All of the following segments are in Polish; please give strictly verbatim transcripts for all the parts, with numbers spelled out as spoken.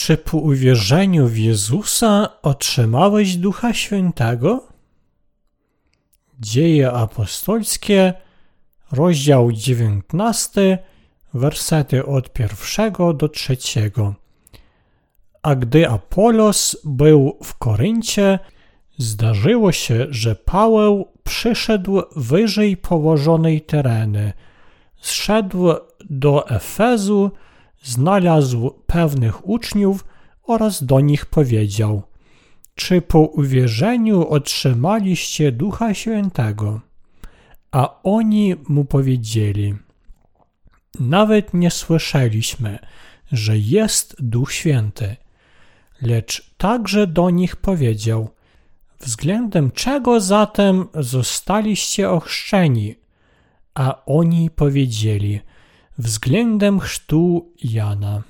Czy po uwierzeniu w Jezusa otrzymałeś Ducha Świętego? Dzieje apostolskie, rozdział dziewiętnasty, wersety od pierwszego do trzeciego. A gdy Apolos był w Koryncie, zdarzyło się, że Paweł przyszedł wyżej położonej tereny. Zszedł do Efezu, znalazł pewnych uczniów oraz do nich powiedział: czy po uwierzeniu otrzymaliście Ducha Świętego? A oni mu powiedzieli: nawet nie słyszeliśmy, że jest Duch Święty. Lecz także do nich powiedział: względem czego zatem zostaliście ochrzczeni? A oni powiedzieli: względem chrztu Jana.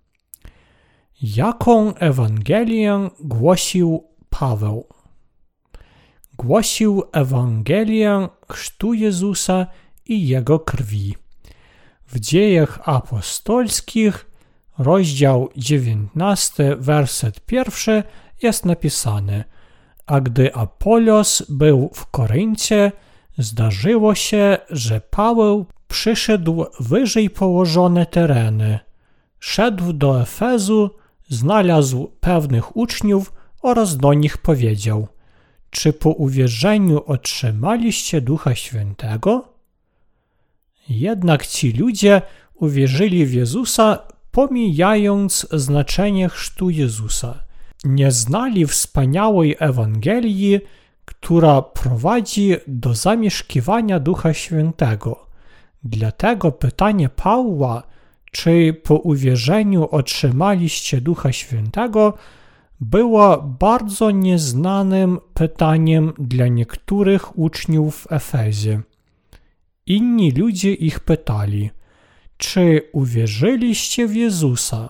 Jaką Ewangelię głosił Paweł? Głosił Ewangelię chrztu Jezusa i Jego krwi. W Dziejach Apostolskich, rozdział dziewiętnasty, werset pierwszy jest napisane: a gdy Apolos był w Koryncie, zdarzyło się, że Paweł przyszedł wyżej położone tereny. Szedł do Efezu, znalazł pewnych uczniów oraz do nich powiedział: czy po uwierzeniu otrzymaliście Ducha Świętego? Jednak ci ludzie uwierzyli w Jezusa, pomijając znaczenie chrztu Jezusa. Nie znali wspaniałej Ewangelii, która prowadzi do zamieszkiwania Ducha Świętego. Dlatego pytanie Pawła, czy po uwierzeniu otrzymaliście Ducha Świętego, było bardzo nieznanym pytaniem dla niektórych uczniów w Efezie. Inni ludzie ich pytali: czy uwierzyliście w Jezusa?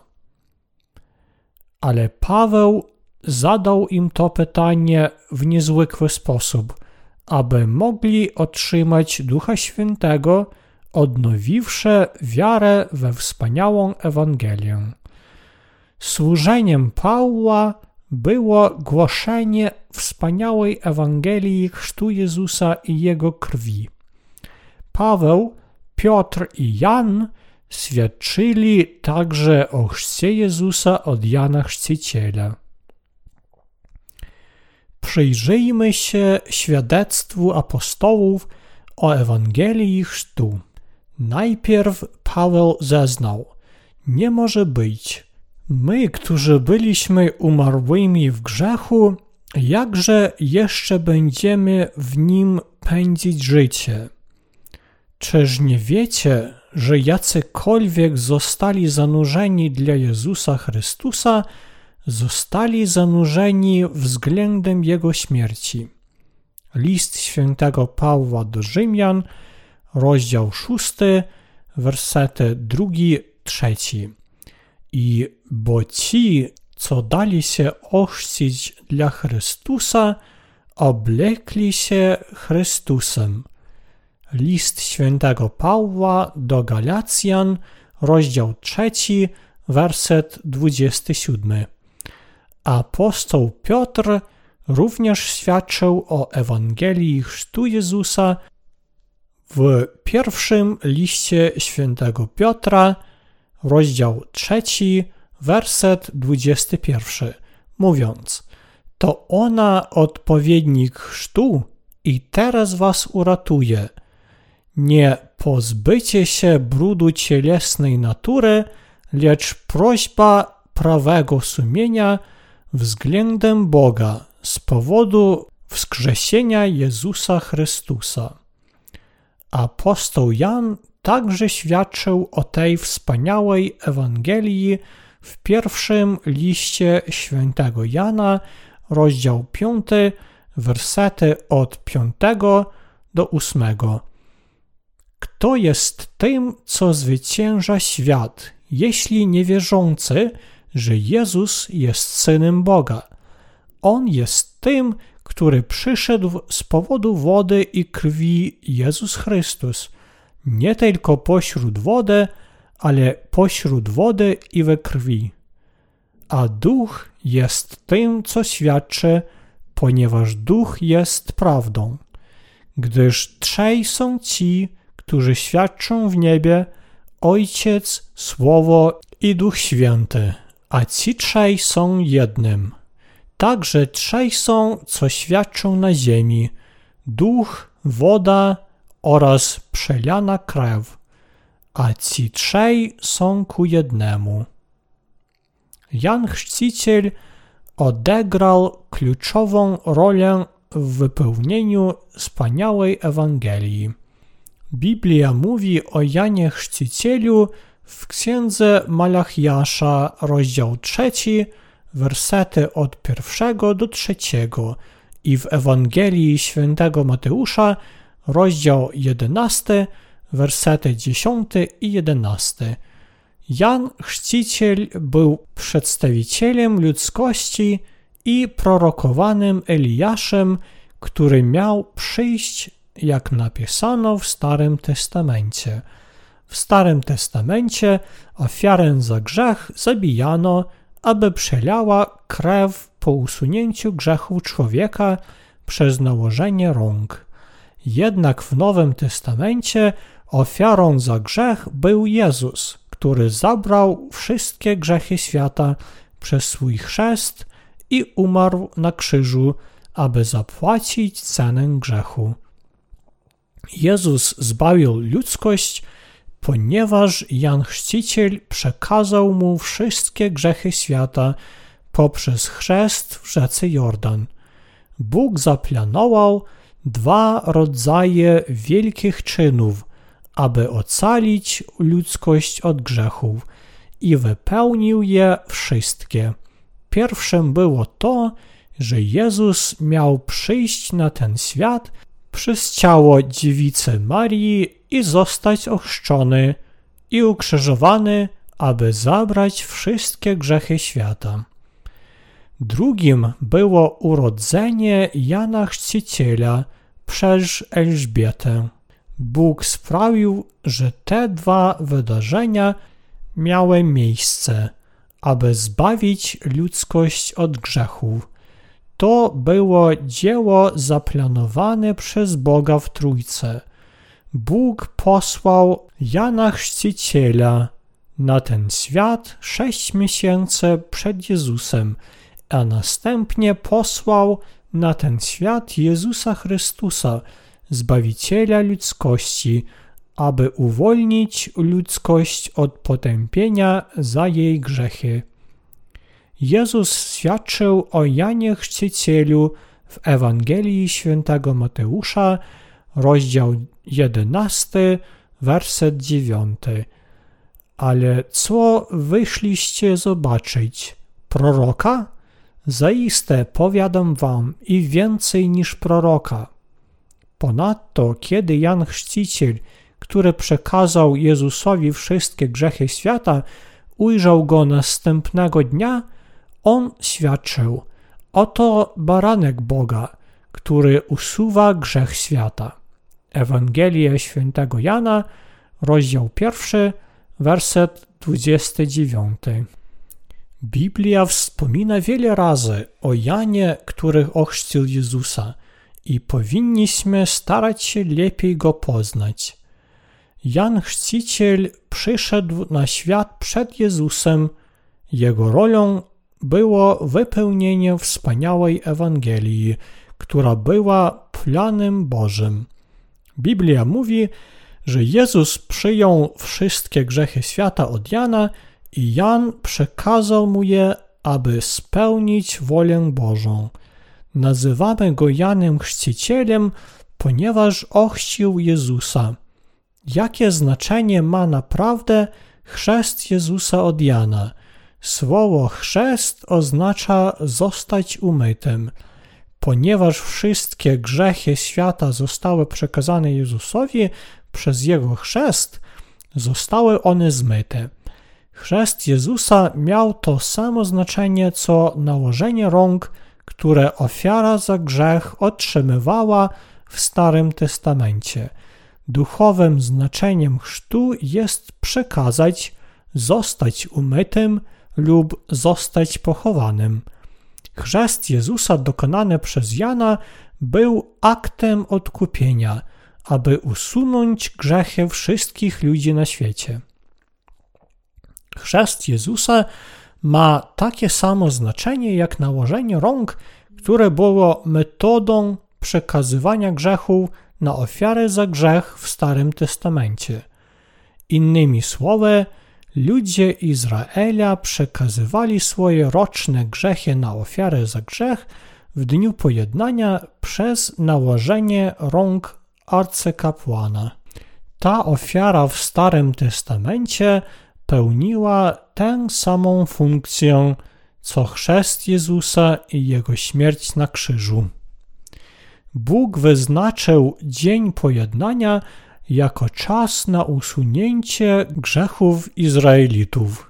Ale Paweł zadał im to pytanie w niezwykły sposób, aby mogli otrzymać Ducha Świętego, odnowiwszy wiarę we wspaniałą Ewangelię. Służeniem Pawła było głoszenie wspaniałej Ewangelii chrztu Jezusa i Jego krwi. Paweł, Piotr i Jan świadczyli także o chrzcie Jezusa od Jana Chrzciciela. Przyjrzyjmy się świadectwu apostołów o Ewangelii chrztu. Najpierw Paweł zeznał: nie może być. My, którzy byliśmy umarłymi w grzechu, jakże jeszcze będziemy w nim pędzić życie? Czyż nie wiecie, że jacykolwiek zostali zanurzeni dla Jezusa Chrystusa, zostali zanurzeni względem Jego śmierci? List świętego Pawła do Rzymian, rozdział szósty, wersety drugi, trzeci. I bo ci, co dali się ochrzcić dla Chrystusa, oblekli się Chrystusem. List świętego Pawła do Galacjan, rozdział trzeci, werset dwudziesty siódmy. Apostoł Piotr również świadczył o Ewangelii chrztu Jezusa w pierwszym liście świętego Piotra, rozdział trzeci, werset dwudziesty pierwszy, mówiąc: to ona odpowiednik chrztu i teraz was uratuje. Nie pozbycie się brudu cielesnej natury, lecz prośba prawego sumienia względem Boga z powodu wskrzesienia Jezusa Chrystusa. Apostoł Jan także świadczył o tej wspaniałej Ewangelii w pierwszym liście świętego Jana, rozdział piąty, wersety od piątego do ósmego. Kto jest tym, co zwycięża świat, jeśli niewierzący, że Jezus jest Synem Boga? On jest tym, który przyszedł z powodu wody i krwi, Jezus Chrystus, nie tylko pośród wody, ale pośród wody i we krwi. a Duch jest tym, co świadczy, ponieważ Duch jest prawdą. Gdyż trzej są ci, którzy świadczą w niebie, Ojciec, Słowo i Duch Święty, a ci trzej są jednym. Także trzej są, co świadczą na ziemi, Duch, woda oraz przelana krew, a ci trzej są ku jednemu. Jan Chrzciciel odegrał kluczową rolę w wypełnieniu wspaniałej Ewangelii. Biblia mówi o Janie Chrzcicielu w księdze Malachiasza, rozdział trzeci, wersety od pierwszego do trzeciego i w Ewangelii świętego Mateusza, rozdział jedenasty, wersety dziesiąty i jedenasty. Jan Chrzciciel był przedstawicielem ludzkości i prorokowanym Eliaszem, który miał przyjść, jak napisano w Starym Testamencie. W Starym Testamencie ofiarę za grzech zabijano, aby przelała krew po usunięciu grzechu człowieka przez nałożenie rąk. Jednak w Nowym Testamencie ofiarą za grzech był Jezus, który zabrał wszystkie grzechy świata przez swój chrzest i umarł na krzyżu, aby zapłacić cenę grzechu. Jezus zbawił ludzkość, ponieważ Jan Chrzciciel przekazał mu wszystkie grzechy świata poprzez chrzest w rzece Jordan. Bóg zaplanował dwa rodzaje wielkich czynów, aby ocalić ludzkość od grzechów i wypełnił je wszystkie. Pierwszym było to, że Jezus miał przyjść na ten świat przez ciało dziewicy Marii i zostać ochrzczony i ukrzyżowany, aby zabrać wszystkie grzechy świata. Drugim było urodzenie Jana Chrzciciela przez Elżbietę. Bóg sprawił, że te dwa wydarzenia miały miejsce, aby zbawić ludzkość od grzechów. To było dzieło zaplanowane przez Boga w Trójce. Bóg posłał Jana Chrzciciela na ten świat sześć miesięcy przed Jezusem, a następnie posłał na ten świat Jezusa Chrystusa, Zbawiciela ludzkości, aby uwolnić ludzkość od potępienia za jej grzechy. Jezus świadczył o Janie Chrzcicielu w Ewangelii świętego Mateusza, rozdział jedenasty, werset dziewiąty. Ale co wyszliście zobaczyć? Proroka? Zaiste powiadam wam, i więcej niż proroka. Ponadto, kiedy Jan Chrzciciel, który przekazał Jezusowi wszystkie grzechy świata, ujrzał go następnego dnia, on świadczył: oto baranek Boga, który usuwa grzech świata. Ewangelia świętego Jana, rozdział pierwszy, werset dwudziesty dziewiąty. Biblia wspomina wiele razy o Janie, który ochrzcił Jezusa, i powinniśmy starać się lepiej go poznać. Jan Chrzciciel przyszedł na świat przed Jezusem. Jego rolą było wypełnienie wspaniałej Ewangelii, która była planem Bożym. Biblia mówi, że Jezus przyjął wszystkie grzechy świata od Jana i Jan przekazał mu je, aby spełnić wolę Bożą. Nazywamy go Janem Chrzcicielem, ponieważ ochrzcił Jezusa. Jakie znaczenie ma naprawdę chrzest Jezusa od Jana? Słowo chrzest oznacza zostać umytym. Ponieważ wszystkie grzechy świata zostały przekazane Jezusowi przez Jego chrzest, zostały one zmyte. Chrzest Jezusa miał to samo znaczenie, co nałożenie rąk, które ofiara za grzech otrzymywała w Starym Testamencie. Duchowym znaczeniem chrztu jest przekazać, zostać umytym lub zostać pochowanym. Chrzest Jezusa dokonany przez Jana był aktem odkupienia, aby usunąć grzechy wszystkich ludzi na świecie. Chrzest Jezusa ma takie samo znaczenie jak nałożenie rąk, które było metodą przekazywania grzechów na ofiarę za grzech w Starym Testamencie. Innymi słowy, ludzie Izraela przekazywali swoje roczne grzechy na ofiarę za grzech w dniu pojednania przez nałożenie rąk arcykapłana. Ta ofiara w Starym Testamencie pełniła tę samą funkcję, co chrzest Jezusa i Jego śmierć na krzyżu. Bóg wyznaczył dzień pojednania jako czas na usunięcie grzechów Izraelitów.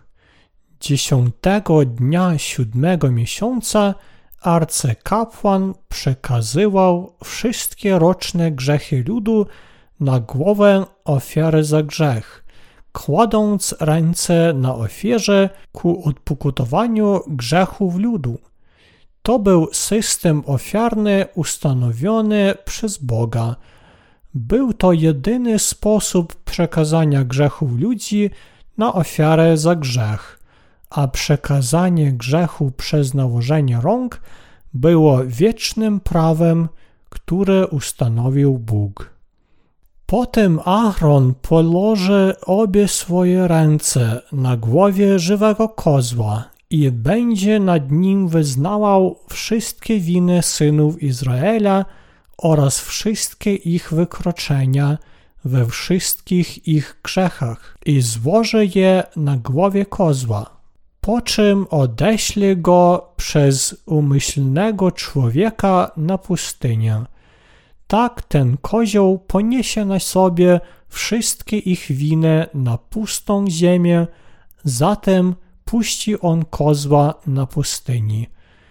Dziesiątego dnia siódmego miesiąca arcykapłan przekazywał wszystkie roczne grzechy ludu na głowę ofiary za grzech, kładąc ręce na ofierze ku odpokutowaniu grzechów ludu. To był system ofiarny ustanowiony przez Boga. Był to jedyny sposób przekazania grzechów ludzi na ofiarę za grzech, a przekazanie grzechu przez nałożenie rąk było wiecznym prawem, które ustanowił Bóg. Potem Aaron położy obie swoje ręce na głowie żywego kozła i będzie nad nim wyznawał wszystkie winy synów Izraela oraz wszystkie ich wykroczenia we wszystkich ich grzechach i złoży je na głowie kozła, po czym odeśle go przez umyślnego człowieka na pustynię. Tak ten kozioł poniesie na sobie wszystkie ich winy na pustą ziemię, zatem puści on kozła na pustyni.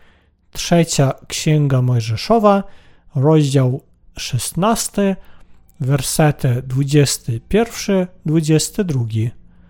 Trzecia Księga Mojżeszowa, rozdział szesnasty, wersety dwudziesty pierwszy do dwudziestego drugiego.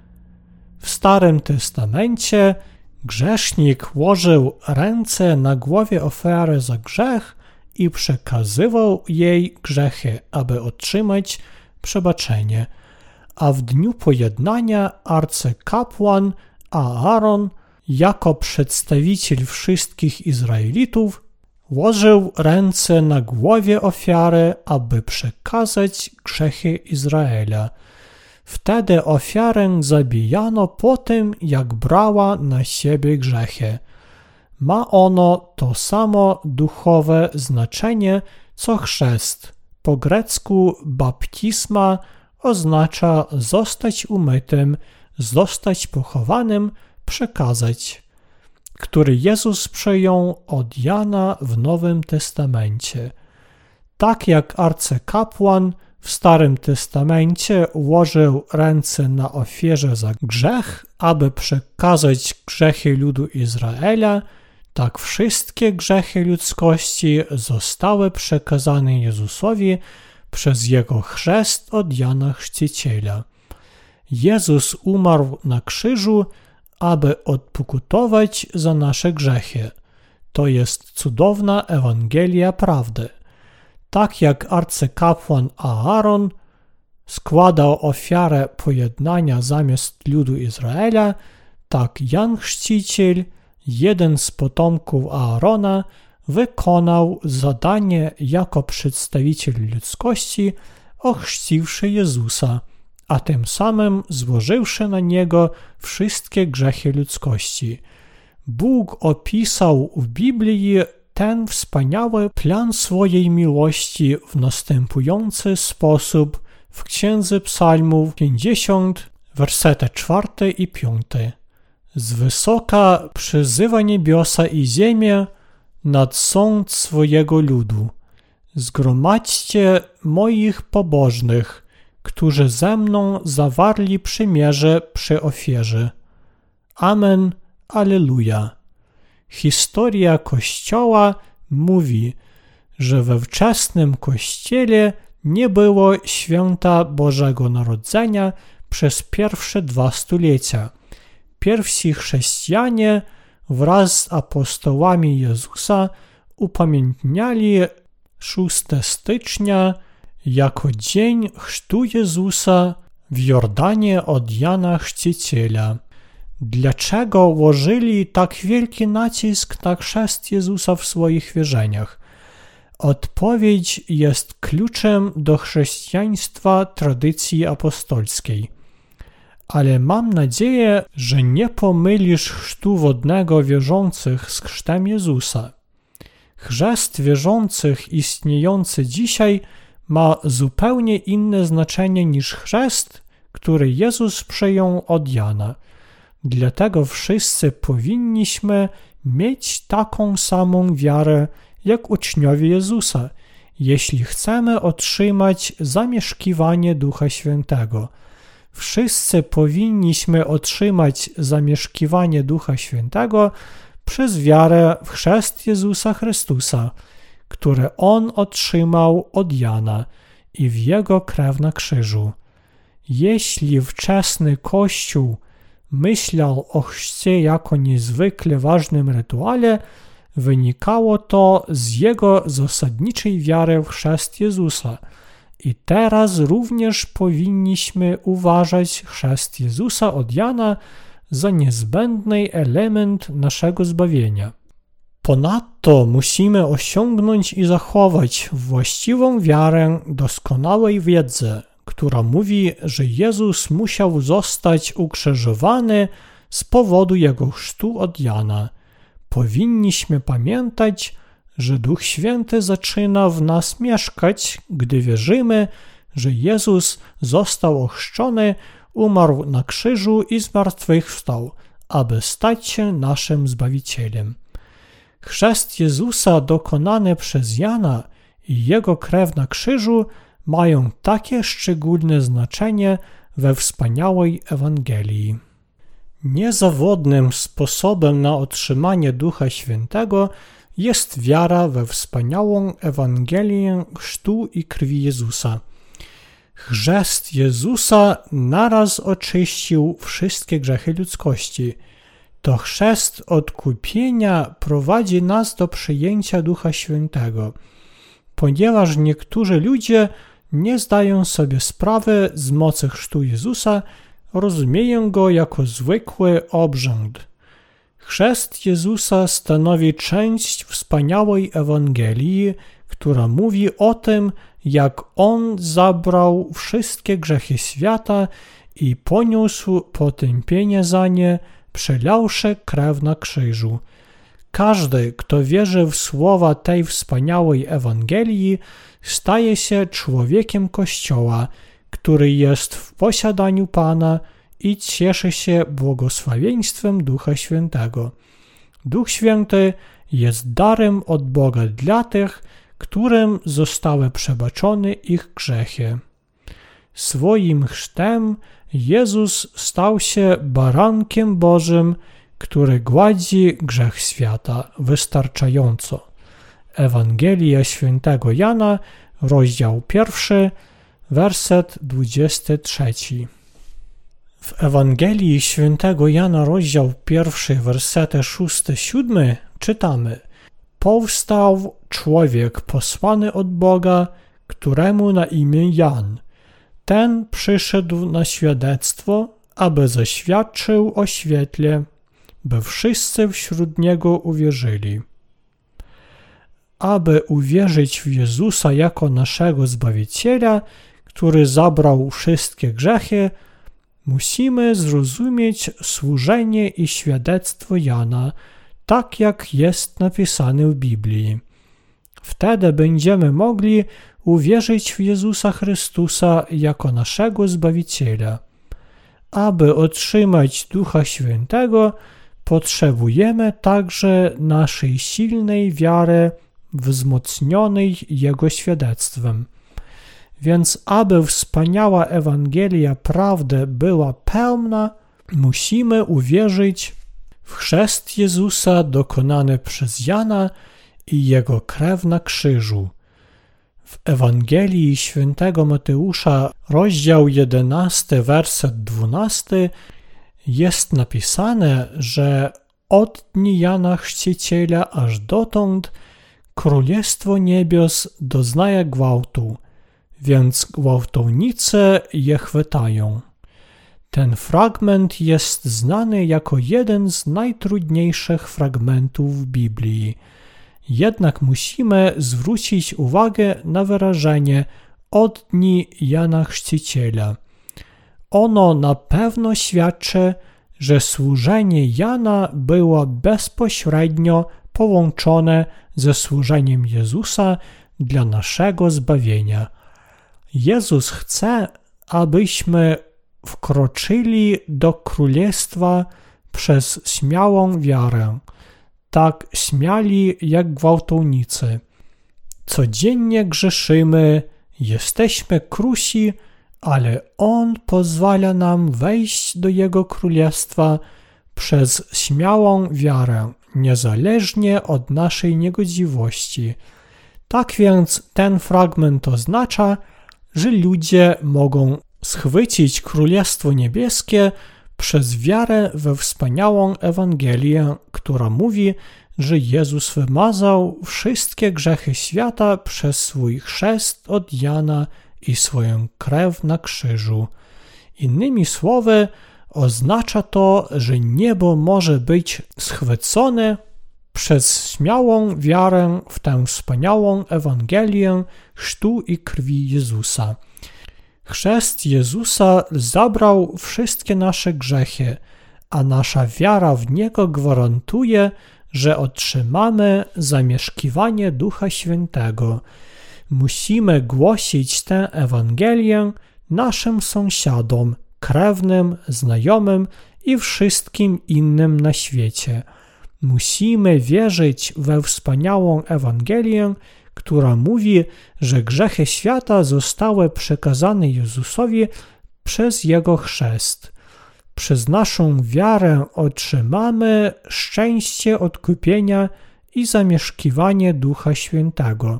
W Starym Testamencie grzesznik łożył ręce na głowie ofiary za grzech i przekazywał jej grzechy, aby otrzymać przebaczenie, a w dniu pojednania arcykapłan Aaron, jako przedstawiciel wszystkich Izraelitów, łożył ręce na głowie ofiary, aby przekazać grzechy Izraela. Wtedy ofiarę zabijano po tym, jak brała na siebie grzechy. Ma ono to samo duchowe znaczenie, co chrzest. Po grecku baptisma oznacza zostać umytym, zostać pochowanym, przekazać, który Jezus przyjął od Jana w Nowym Testamencie. Tak jak arcykapłan w Starym Testamencie ułożył ręce na ofierze za grzech, aby przekazać grzechy ludu Izraela, tak wszystkie grzechy ludzkości zostały przekazane Jezusowi przez Jego chrzest od Jana Chrzciciela. Jezus umarł na krzyżu, aby odpokutować za nasze grzechy. To jest cudowna Ewangelia prawdy. Tak jak arcykapłan Aaron składał ofiarę pojednania zamiast ludu Izraela, tak Jan Chrzciciel, jeden z potomków Aarona, wykonał zadanie jako przedstawiciel ludzkości, ochrzciwszy Jezusa, a tym samym złożywszy na Niego wszystkie grzechy ludzkości. Bóg opisał w Biblii ten wspaniały plan swojej miłości w następujący sposób w Księdze Psalmów pięćdziesiąt, wersety czwarty i piąty. Z wysoka przyzywa niebiosa i ziemię nad sąd swojego ludu. Zgromadźcie moich pobożnych, którzy ze mną zawarli przymierze przy ofierze. Amen, Alleluja. Historia Kościoła mówi, że we wczesnym Kościele nie było święta Bożego Narodzenia przez pierwsze dwa stulecia. pierwsi chrześcijanie wraz z apostołami Jezusa upamiętniali szóstego stycznia jako dzień chrztu Jezusa w Jordanie od Jana Chrzciciela. Dlaczego łożyli tak wielki nacisk na chrzest Jezusa w swoich wierzeniach? Odpowiedź jest kluczem do chrześcijaństwa tradycji apostolskiej. Ale mam nadzieję, że nie pomylisz chrztu wodnego wierzących z chrztem Jezusa. Chrzest wierzących istniejący dzisiaj ma zupełnie inne znaczenie niż chrzest, który Jezus przyjął od Jana. Dlatego wszyscy powinniśmy mieć taką samą wiarę jak uczniowie Jezusa, jeśli chcemy otrzymać zamieszkiwanie Ducha Świętego. Wszyscy powinniśmy otrzymać zamieszkiwanie Ducha Świętego przez wiarę w chrzest Jezusa Chrystusa, które On otrzymał od Jana i w Jego krew na krzyżu. Jeśli wczesny Kościół myślał o chrzcie jako niezwykle ważnym rytuale, wynikało to z jego zasadniczej wiary w chrzest Jezusa. I teraz również powinniśmy uważać chrzest Jezusa od Jana za niezbędny element naszego zbawienia. Ponadto musimy osiągnąć i zachować właściwą wiarę doskonałej wiedzy, która mówi, że Jezus musiał zostać ukrzyżowany z powodu Jego chrztu od Jana. Powinniśmy pamiętać, że Duch Święty zaczyna w nas mieszkać, gdy wierzymy, że Jezus został ochrzczony, umarł na krzyżu i zmartwychwstał, aby stać się naszym Zbawicielem. Chrzest Jezusa dokonany przez Jana i Jego krew na krzyżu mają takie szczególne znaczenie we wspaniałej Ewangelii. Niezawodnym sposobem na otrzymanie Ducha Świętego jest wiara we wspaniałą Ewangelię chrztu i krwi Jezusa. Chrzest Jezusa naraz oczyścił wszystkie grzechy ludzkości. To chrzest odkupienia prowadzi nas do przyjęcia Ducha Świętego. Ponieważ niektórzy ludzie nie zdają sobie sprawy z mocy chrztu Jezusa, rozumieją go jako zwykły obrząd. Chrzest Jezusa stanowi część wspaniałej Ewangelii, która mówi o tym, jak On zabrał wszystkie grzechy świata i poniósł potępienie za nie, przelałszy krew na krzyżu. Każdy, kto wierzy w słowa tej wspaniałej Ewangelii, staje się człowiekiem Kościoła, który jest w posiadaniu Pana i cieszy się błogosławieństwem Ducha Świętego. Duch Święty jest darem od Boga dla tych, którym zostały przebaczone ich grzechy. Swoim chrztem Jezus stał się barankiem Bożym, który gładzi grzech świata wystarczająco. Ewangelia Świętego Jana, rozdział pierwszy, werset dwudziesty trzeci. W Ewangelii Świętego Jana, rozdział pierwszy, wersety szósty siódmy czytamy: Powstał człowiek posłany od Boga, któremu na imię Jan. Ten przyszedł na świadectwo, aby zaświadczył o świetle, by wszyscy wśród niego uwierzyli. Aby uwierzyć w Jezusa jako naszego Zbawiciela, który zabrał wszystkie grzechy, musimy zrozumieć służenie i świadectwo Jana, tak jak jest napisane w Biblii. Wtedy będziemy mogli uwierzyć w Jezusa Chrystusa jako naszego Zbawiciela. Aby otrzymać Ducha Świętego, potrzebujemy także naszej silnej wiary wzmocnionej Jego świadectwem. Więc aby wspaniała Ewangelia prawdy była pełna, musimy uwierzyć w chrzest Jezusa dokonany przez Jana i Jego krew na krzyżu. W Ewangelii Świętego Mateusza, rozdział jedenasty, werset dwunasty, Jest napisane, że od dni Jana Chrzciciela aż dotąd Królestwo Niebios doznaje gwałtu, więc gwałtownicy je chwytają. Ten fragment jest znany jako jeden z najtrudniejszych fragmentów w Biblii. Jednak musimy zwrócić uwagę na wyrażenie od dni Jana Chrzciciela. Ono na pewno świadczy, że służenie Jana było bezpośrednio połączone ze służeniem Jezusa dla naszego zbawienia. Jezus chce, abyśmy wkroczyli do Królestwa przez śmiałą wiarę, tak śmiali jak gwałtownicy. Codziennie grzeszymy, jesteśmy krusi, ale On pozwala nam wejść do Jego Królestwa przez śmiałą wiarę, niezależnie od naszej niegodziwości. Tak więc ten fragment oznacza, że ludzie mogą schwycić Królestwo Niebieskie przez wiarę we wspaniałą Ewangelię, która mówi, że Jezus wymazał wszystkie grzechy świata przez swój chrzest od Jana i swoją krew na krzyżu. Innymi słowy, oznacza to, że niebo może być schwycone przez śmiałą wiarę w tę wspaniałą Ewangelię chrztu i krwi Jezusa. Chrzest Jezusa zabrał wszystkie nasze grzechy, a nasza wiara w Niego gwarantuje, że otrzymamy zamieszkiwanie Ducha Świętego. Musimy głosić tę Ewangelię naszym sąsiadom, krewnym, znajomym i wszystkim innym na świecie. Musimy wierzyć we wspaniałą Ewangelię, która mówi, że grzechy świata zostały przekazane Jezusowi przez Jego chrzest. Przez naszą wiarę otrzymamy szczęście odkupienia i zamieszkiwanie Ducha Świętego.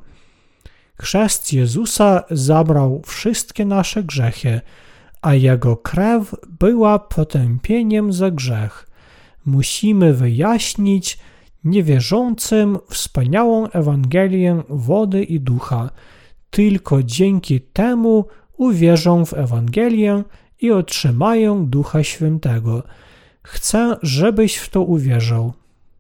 Chrzest Jezusa zabrał wszystkie nasze grzechy, a Jego krew była potępieniem za grzech. Musimy wyjaśnić niewierzącym wspaniałą Ewangelię wody i ducha. Tylko dzięki temu uwierzą w Ewangelię i otrzymają Ducha Świętego. Chcę, żebyś w to uwierzył.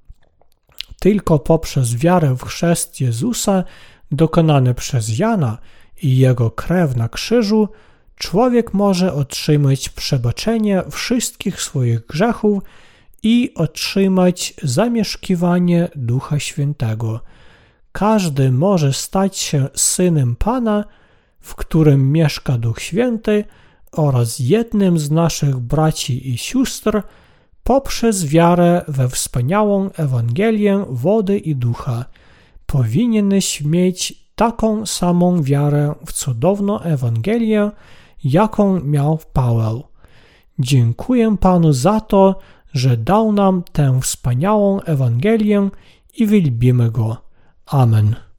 Tylko poprzez wiarę w chrzest Jezusa dokonany przez Jana i Jego krew na krzyżu człowiek może otrzymać przebaczenie wszystkich swoich grzechów i otrzymać zamieszkiwanie Ducha Świętego. Każdy może stać się synem Pana, w którym mieszka Duch Święty, oraz jednym z naszych braci i sióstr poprzez wiarę we wspaniałą Ewangelię wody i ducha. Powinieneś mieć taką samą wiarę w cudowną Ewangelię, jaką miał Paweł. Dziękuję Panu za to, że dał nam tę wspaniałą Ewangelię i wielbimy Go. Amen.